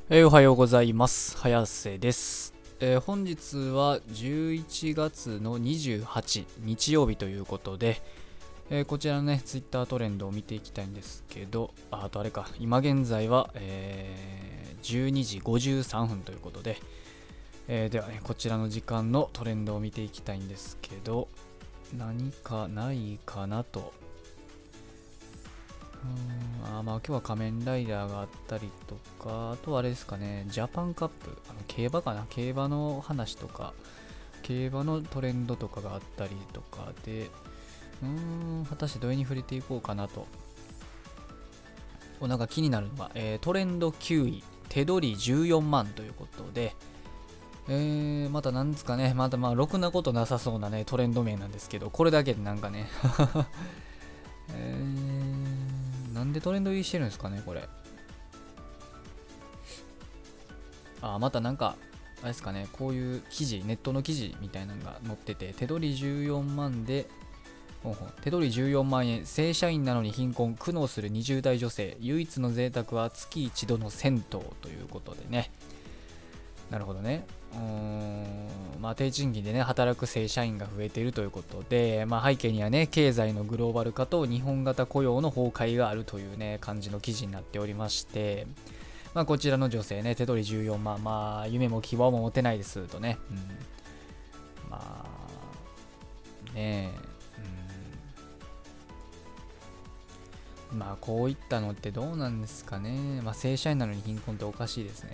おはようございます。早瀬です。本日は11月の28日曜日ということで、こちらのね、ツイッタートレンドを見ていきたいんですけど、あとあれか、今現在は、12時53分ということで、ではね、こちらの時間のトレンドを見ていきたいんですけど、何かないかなと。まあ今日は仮面ライダーがあったりとか、あとはあれですかね、ジャパンカップ、競馬かな、競馬の話とか、競馬のトレンドとかがあったりとかで、果たしてどれに触れていこうかなと。なんか気になるのが、トレンド9位、手取り14万ということで、またなんですかね、またろくなことなさそうなね、トレンド名なんですけど、これだけでなんかね、なんでトレンド入りしてるんですかね、これ。またなんか、あれですかね、こういう記事、ネットの記事みたいなのが載ってて、手取り14万で、手取り14万円、正社員なのに貧困、苦悩する20代女性、唯一の贅沢は月一度の銭湯ということでね。なるほどね。低賃金でね、働く正社員が増えているということで、背景にはね、経済のグローバル化と日本型雇用の崩壊があるというね、感じの記事になっておりまして、こちらの女性ね、手取り14万、夢も希望も持てないですとね、ねこういったのってどうなんですかね。正社員なのに貧困っておかしいですね。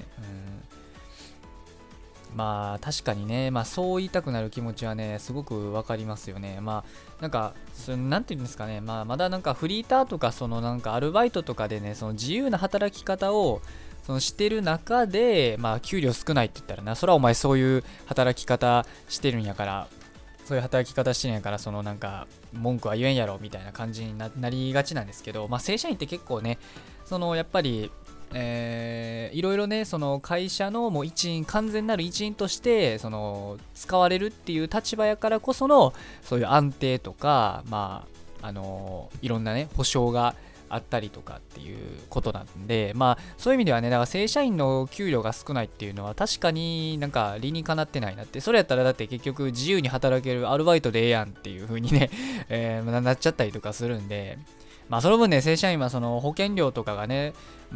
確かにね、そう言いたくなる気持ちはね、すごくわかりますよね。なんか、なんていうんですかね、まだなんかフリーターとか、なんかアルバイトとかでね、その自由な働き方を、してる中で、給料少ないって言ったらな、それはお前そういう働き方してるんやから、そういう働き方してるんやから、なんか、文句は言えんやろ、みたいな感じになりがちなんですけど、正社員って結構ね、やっぱり、いろいろね、その会社のもう一員、完全なる一員として、使われるっていう立場やからこその、そういう安定とか、いろんなね、保証があったりとかっていうことなんで、そういう意味ではね、だから正社員の給料が少ないっていうのは確かになんか理にかなってないなって、それやったらだって結局自由に働けるアルバイトでええやんっていう風にね、なっちゃったりとかするんで、その分ね、正社員はその保険料とかがね、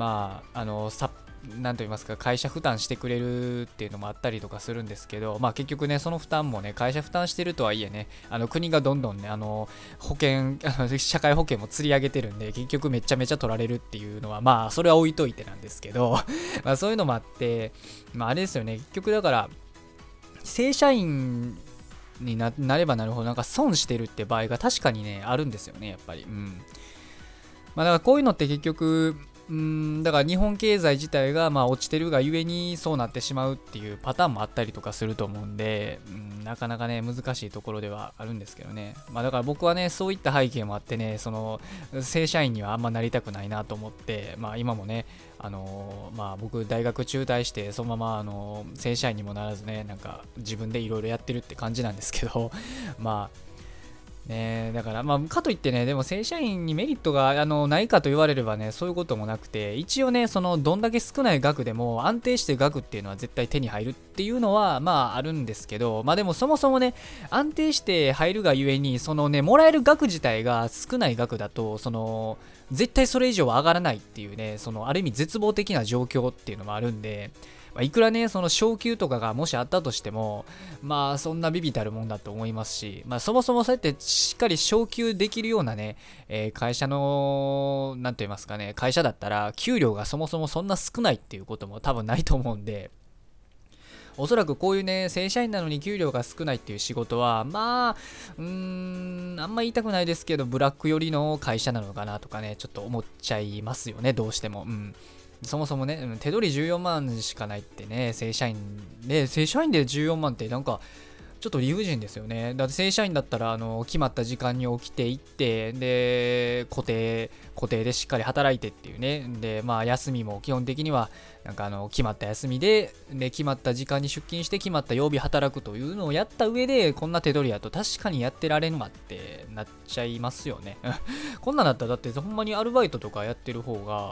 なんと言いますか、会社負担してくれるっていうのもあったりとかするんですけど、結局ね、その負担もね、会社負担してるとはいえね、国がどんどんね、保険、社会保険も釣り上げてるんで、結局めちゃめちゃ取られるっていうのは、それは置いといてなんですけど、そういうのもあって、あれですよね、結局だから、正社員になればなるほど、なんか損してるって場合が確かにね、あるんですよね、やっぱり。だからこういうのって結局、だから日本経済自体が落ちてるがゆえにそうなってしまうっていうパターンもあったりとかすると思うんで、なかなかね難しいところではあるんですけどね。だから僕はねそういった背景もあってね、正社員にはあんまなりたくないなと思って、今もね僕大学中退してそのまま正社員にもならずね、なんか自分でいろいろやってるって感じなんですけどね、だからかといってね、でも正社員にメリットがないかと言われればね、そういうこともなくて、一応ね、どんだけ少ない額でも安定して額っていうのは絶対手に入るっていうのはあるんですけど、でもそもそもね、安定して入るがゆえに、もらえる額自体が少ない額だと、絶対それ以上は上がらないっていうね、ある意味絶望的な状況っていうのもあるんで、いくらね、その昇給とかがもしあったとしても、そんなビビたるもんだと思いますし、そもそもそうやってしっかり昇給できるようなね、会社の、なんて言いますかね、会社だったら、給料がそもそもそんな少ないっていうことも多分ないと思うんで、おそらくこういうね、正社員なのに給料が少ないっていう仕事は、あんま言いたくないですけど、ブラック寄りの会社なのかなとかね、ちょっと思っちゃいますよね、どうしても。そもそもね、手取り14万しかないってね、正社員で14万ってなんか、ちょっと理不尽ですよね。だって正社員だったら決まった時間に起きていってで固定でしっかり働いてっていうね。で休みも基本的にはなんか決まった休みで決まった時間に出勤して決まった曜日働くというのをやった上でこんな手取りやと確かにやってられんわってなっちゃいますよね。こんなんだったらだってほんまにアルバイトとかやってる方が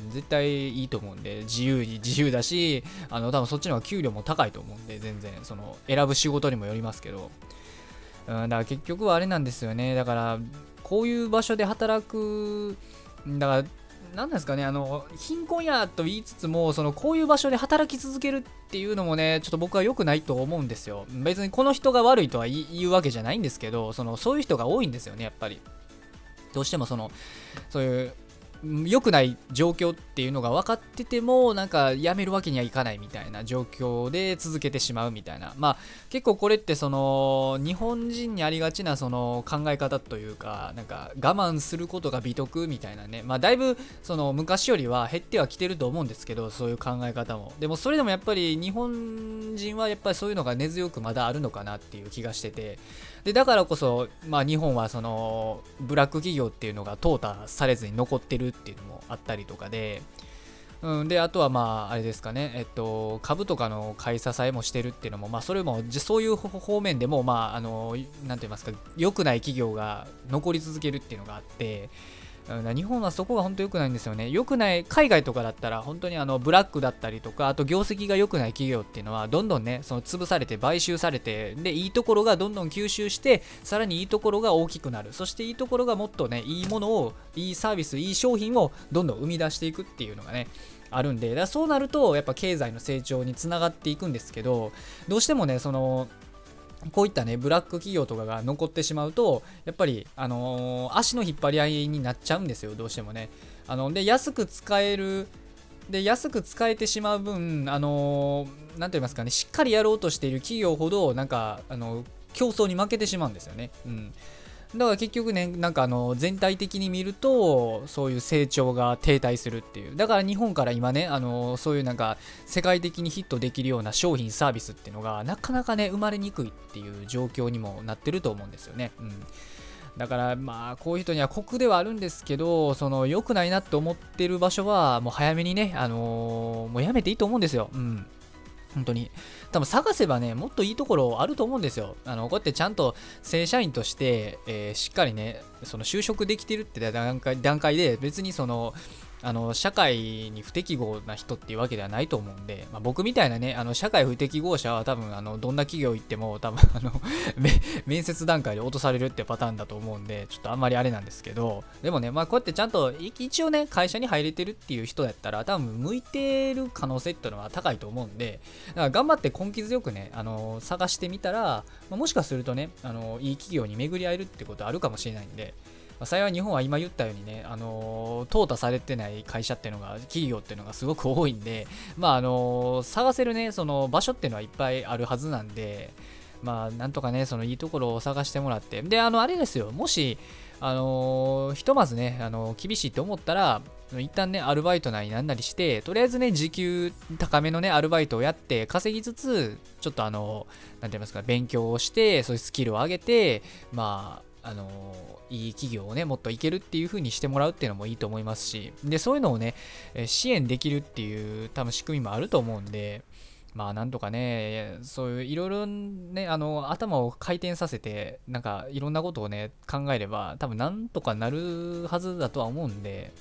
絶対いいと思うんで、自由だし、多分そっちの方が給料も高いと思うんで、全然その選ぶ仕事にもよりますけど、だから結局はあれなんですよね。だからこういう場所で働く、だから何なんですかね、貧困やと言いつつも、こういう場所で働き続けるっていうのもね、ちょっと僕は良くないと思うんですよ。別にこの人が悪いとは言うわけじゃないんですけど、そういう人が多いんですよね、やっぱり。どうしてもそういう良くない状況っていうのが分かってても、なんかやめるわけにはいかないみたいな状況で続けてしまうみたいな。まあ結構これって日本人にありがちな考え方というか、なんか我慢することが美徳みたいなね。まあだいぶ昔よりは減ってはきてると思うんですけど、そういう考え方も。でもそれでもやっぱり日本人はやっぱりそういうのが根強くまだあるのかなっていう気がしてて。でだからこそ、まあ、日本はブラック企業っていうのが淘汰されずに残ってるっていうのもあったりとかで、であとはまああれですかね、株とかの買い支えもしてるっていうのも、まあそれもそういう方面でも、まあなんて言いますか、良くない企業が残り続けるっていうのがあって、日本はそこが本当良くないんですよね。良くない、海外とかだったら本当にブラックだったりとか、あと業績が良くない企業っていうのはどんどんね、潰されて買収されて、でいいところがどんどん吸収して、さらにいいところが大きくなる。そしていいところがもっとね、いいものを、いいサービス、いい商品をどんどん生み出していくっていうのがね、あるんで、だからそうなるとやっぱ経済の成長につながっていくんですけど、どうしてもね、こういったね、ブラック企業とかが残ってしまうと、やっぱり、足の引っ張り合いになっちゃうんですよ、どうしてもね。で、安く使えてしまう分、なんて言いますかね、しっかりやろうとしている企業ほど、なんか、競争に負けてしまうんですよね。だから結局ね、なんか全体的に見ると、そういう成長が停滞するっていう。だから日本から今ね、そういうなんか世界的にヒットできるような商品サービスっていうのがなかなかね、生まれにくいっていう状況にもなってると思うんですよね。だからまあこういう人には酷ではあるんですけど、良くないなって思ってる場所はもう早めにね、もうやめていいと思うんですよ。本当に多分探せばね、もっといいところあると思うんですよ。こうやってちゃんと正社員として、しっかりね、就職できてるって段階で、別に社会に不適合な人っていうわけではないと思うんで、まあ、僕みたいなね、社会不適合者は多分どんな企業行っても多分面接段階で落とされるってパターンだと思うんで、ちょっとあんまりあれなんですけど、でもね、まあこうやってちゃんと一応ね、会社に入れてるっていう人だったら多分向いてる可能性っていうのは高いと思うんで、だから頑張って根気強くね、探してみたら、まあ、もしかするとね、いい企業に巡り合えるってことあるかもしれないんで、幸い日本は今言ったようにね、淘汰されてない会社っていうのが、企業っていうのがすごく多いんで、まあ探せるね、場所っていうのはいっぱいあるはずなんで、まあなんとかね、いいところを探してもらって、で、あれですよ、もし、ひとまずね、厳しいと思ったら、一旦ね、アルバイトなりなんなりして、とりあえずね、時給高めのね、アルバイトをやって、稼ぎつつ、ちょっとなんて言いますか、勉強をして、そういうスキルを上げて、まあ、いい企業をね、もっといけるっていう風にしてもらうっていうのもいいと思いますし、で、そういうのをね、支援できるっていう多分仕組みもあると思うんで、まあなんとかね、そういういろいろね、頭を回転させて、なんかいろんなことをね、考えれば、多分なんとかなるはずだとは思うんで、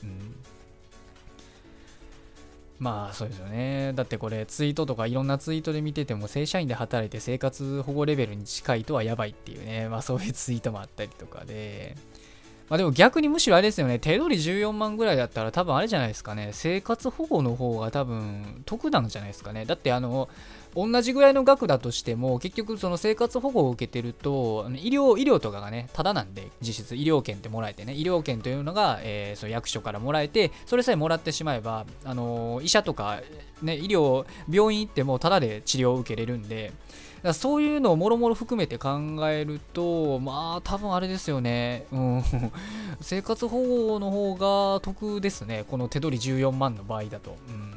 まあそうですよね。だってこれツイートとかいろんなツイートで見てても正社員で働いて生活保護レベルに近いとはやばいっていうね、まあそういうツイートもあったりとかで、まあでも逆にむしろあれですよね、手取り14万ぐらいだったら多分あれじゃないですかね、生活保護の方が多分得なんじゃないですかね。だって同じぐらいの額だとしても、結局その生活保護を受けてると、医療とかがね、ただなんで、実質医療券ってもらえてね、医療券というのが、その役所からもらえて、それさえもらってしまえば、医者とか、ね、病院行ってもただで治療を受けれるんで、だからそういうのをもろもろ含めて考えると、まあ多分あれですよね、生活保護の方が得ですね、この手取り14万の場合だと。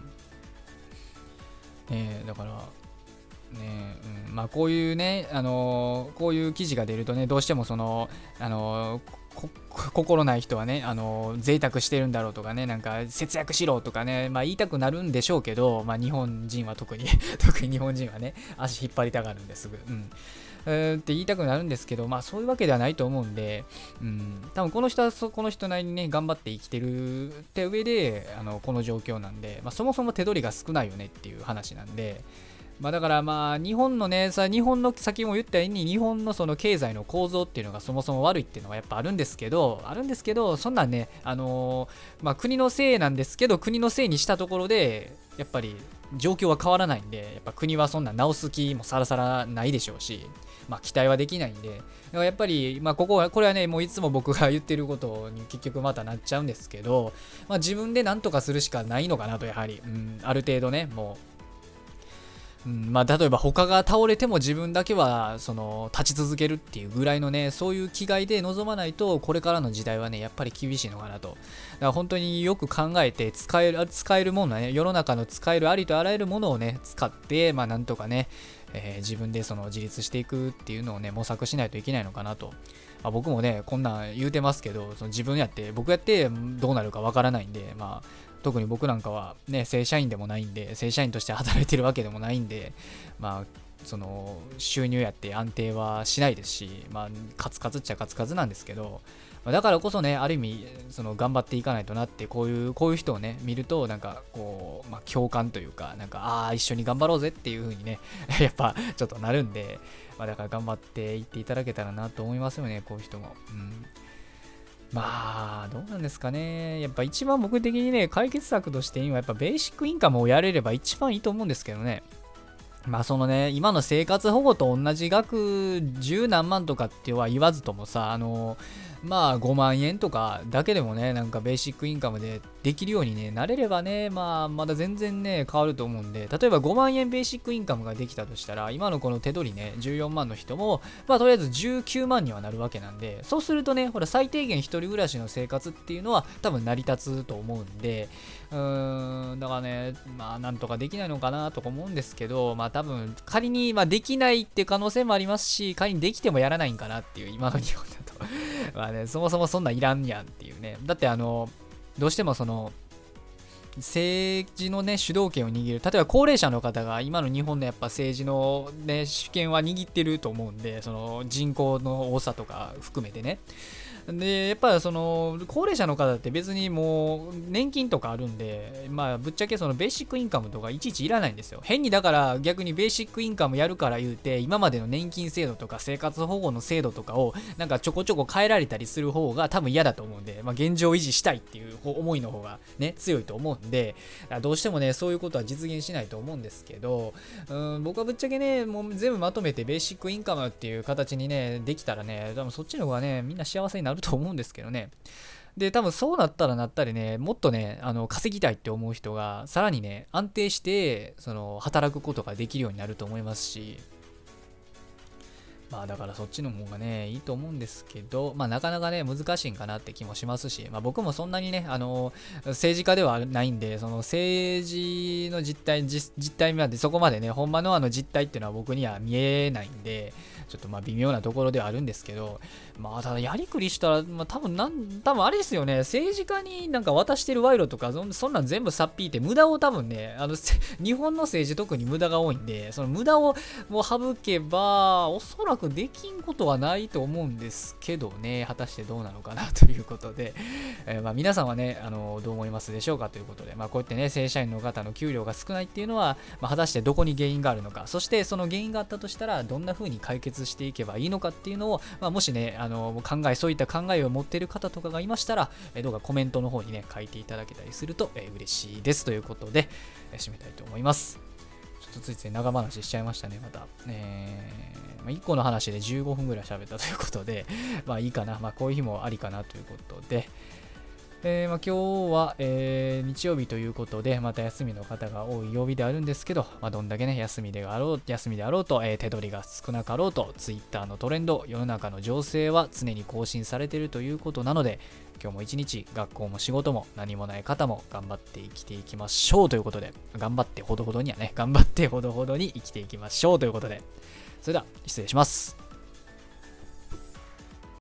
だから、まあこういうね、こういう記事が出るとね、どうしても心ない人はね、贅沢してるんだろうとかね、なんか節約しろとかね、まあ言いたくなるんでしょうけど、まあ日本人は特に特に日本人はね、足引っ張りたがるんですぐ。 って言いたくなるんですけど、まあそういうわけではないと思うんで、多分この人はこの人なりにね、頑張って生きてるって上で、この状況なんで、まあそもそも手取りが少ないよねっていう話なんで、まあだからまあ日本のね、日本の先も言ったように日本のその経済の構造っていうのがそもそも悪いっていうのはやっぱあるんですけど、そんなんね、まあ国のせいなんですけど、国のせいにしたところで、やっぱり状況は変わらないんで、やっぱ国はそんな直す気もさらさらないでしょうし、まあ期待はできないんで、だからやっぱり、まあこれはね、もういつも僕が言ってることに結局またなっちゃうんですけど、まあ自分で何とかするしかないのかなと、やはり、ある程度ね、もう、まあ、例えば他が倒れても自分だけはその立ち続けるっていうぐらいのね、そういう気概で臨まないとこれからの時代はねやっぱり厳しいのかなと。だから本当によく考えて使えるものね、世の中の使えるありとあらゆるものをね使って、まあなんとかね、自分でその自立していくっていうのをね模索しないといけないのかなと。僕もねこんなん言うてますけど、その僕やってどうなるかわからないんで、まあ特に僕なんかはね、正社員でもないんで、正社員として働いてるわけでもないんで、まあ、その収入やって安定はしないですし、まあ、カツカツっちゃカツカツなんですけど、だからこそね、ある意味、その頑張っていかないとなって、こういう人をね、見ると、なんかこう、まあ、共感というか、なんか、一緒に頑張ろうぜっていう風にね、やっぱちょっとなるんで、まあ、だから頑張っていっていただけたらなと思いますよね、こういう人も。まあ、どうなんですかね。やっぱ一番僕的にね、解決策として今、やっぱベーシックインカムをやれれば一番いいと思うんですけどね。まあそのね、今の生活保護と同じ額十何万とかっては言わずともさ、まあ5万円とかだけでもね、なんかベーシックインカムでできるように、ね、なれればね、まあまだ全然ね、変わると思うんで、例えば5万円ベーシックインカムができたとしたら、今のこの手取りね、14万の人も、まあとりあえず19万にはなるわけなんで、そうするとね、ほら最低限一人暮らしの生活っていうのは多分成り立つと思うんで、だからね、まあなんとかできないのかなとか思うんですけど、まあ多分仮に、まあ、できないっていう可能性もありますし、仮にできてもやらないんかなっていう、今の日本だと。まあね、そもそもそんなんいらんやんっていうね。だってどうしてもその、政治のね、主導権を握る。例えば高齢者の方が今の日本のやっぱ政治のね、主権は握ってると思うんで、その人口の多さとか含めてね。で、やっぱりその高齢者の方って別にもう年金とかあるんで、まあぶっちゃけそのベーシックインカムとかいちいちいらないんですよ。変にだから逆にベーシックインカムやるから言うて、今までの年金制度とか生活保護の制度とかをなんかちょこちょこ変えられたりする方が多分嫌だと思うんで、まあ現状維持したいっていう思いの方がね、強いと思うんで、どうしてもね、そういうことは実現しないと思うんですけど、僕はぶっちゃけね、もう全部まとめてベーシックインカムっていう形にね、できたらね、多分そっちの方がね、みんな幸せになると思うんですけどね。で、多分そうなったらなったりね、もっとね、稼ぎたいって思う人が、さらにね、安定して、働くことができるようになると思いますし、まあだからそっちの方がね、いいと思うんですけど、まあなかなかね、難しいんかなって気もしますし、まあ僕もそんなにね、政治家ではないんで、その政治の実態まで、そこまでね、ほんまの実態っていうのは僕には見えないんで、ちょっとまあ微妙なところではあるんですけど、まあただやりくりしたら、まあ多分あれですよね、政治家になんか渡してる賄賂とか、そんなん全部さっぴいて、無駄を多分ね、日本の政治特に無駄が多いんで、その無駄をもう省けば、おそらくできんことはないと思うんですけどね、果たしてどうなのかなということで、まあ皆さんはね、どう思いますでしょうかということで、まあこうやってね、正社員の方の給料が少ないっていうのは、まあ、果たしてどこに原因があるのか、そしてその原因があったとしたら、どんな風に解決していけばいいのかっていうのを、まあ、もしね、そういった考えを持っている方とかがいましたら、どうかコメントの方にね、書いていただけたりすると、嬉しいですということで、締めたいと思います。ちょっとついつい長話しちゃいましたね、また。まあ、1個の話で15分ぐらい喋ったということで、まあいいかな、まあこういう日もありかなということで、まあ、今日は、日曜日ということで、また休みの方が多い曜日であるんですけど、まあ、どんだけね、休みであろうと、手取りが少なかろうと、Twitter のトレンド、世の中の情勢は常に更新されているということなので、今日も一日、学校も仕事も何もない方も頑張って生きていきましょうということで、頑張ってほどほどに生きていきましょうということで、それでは失礼します。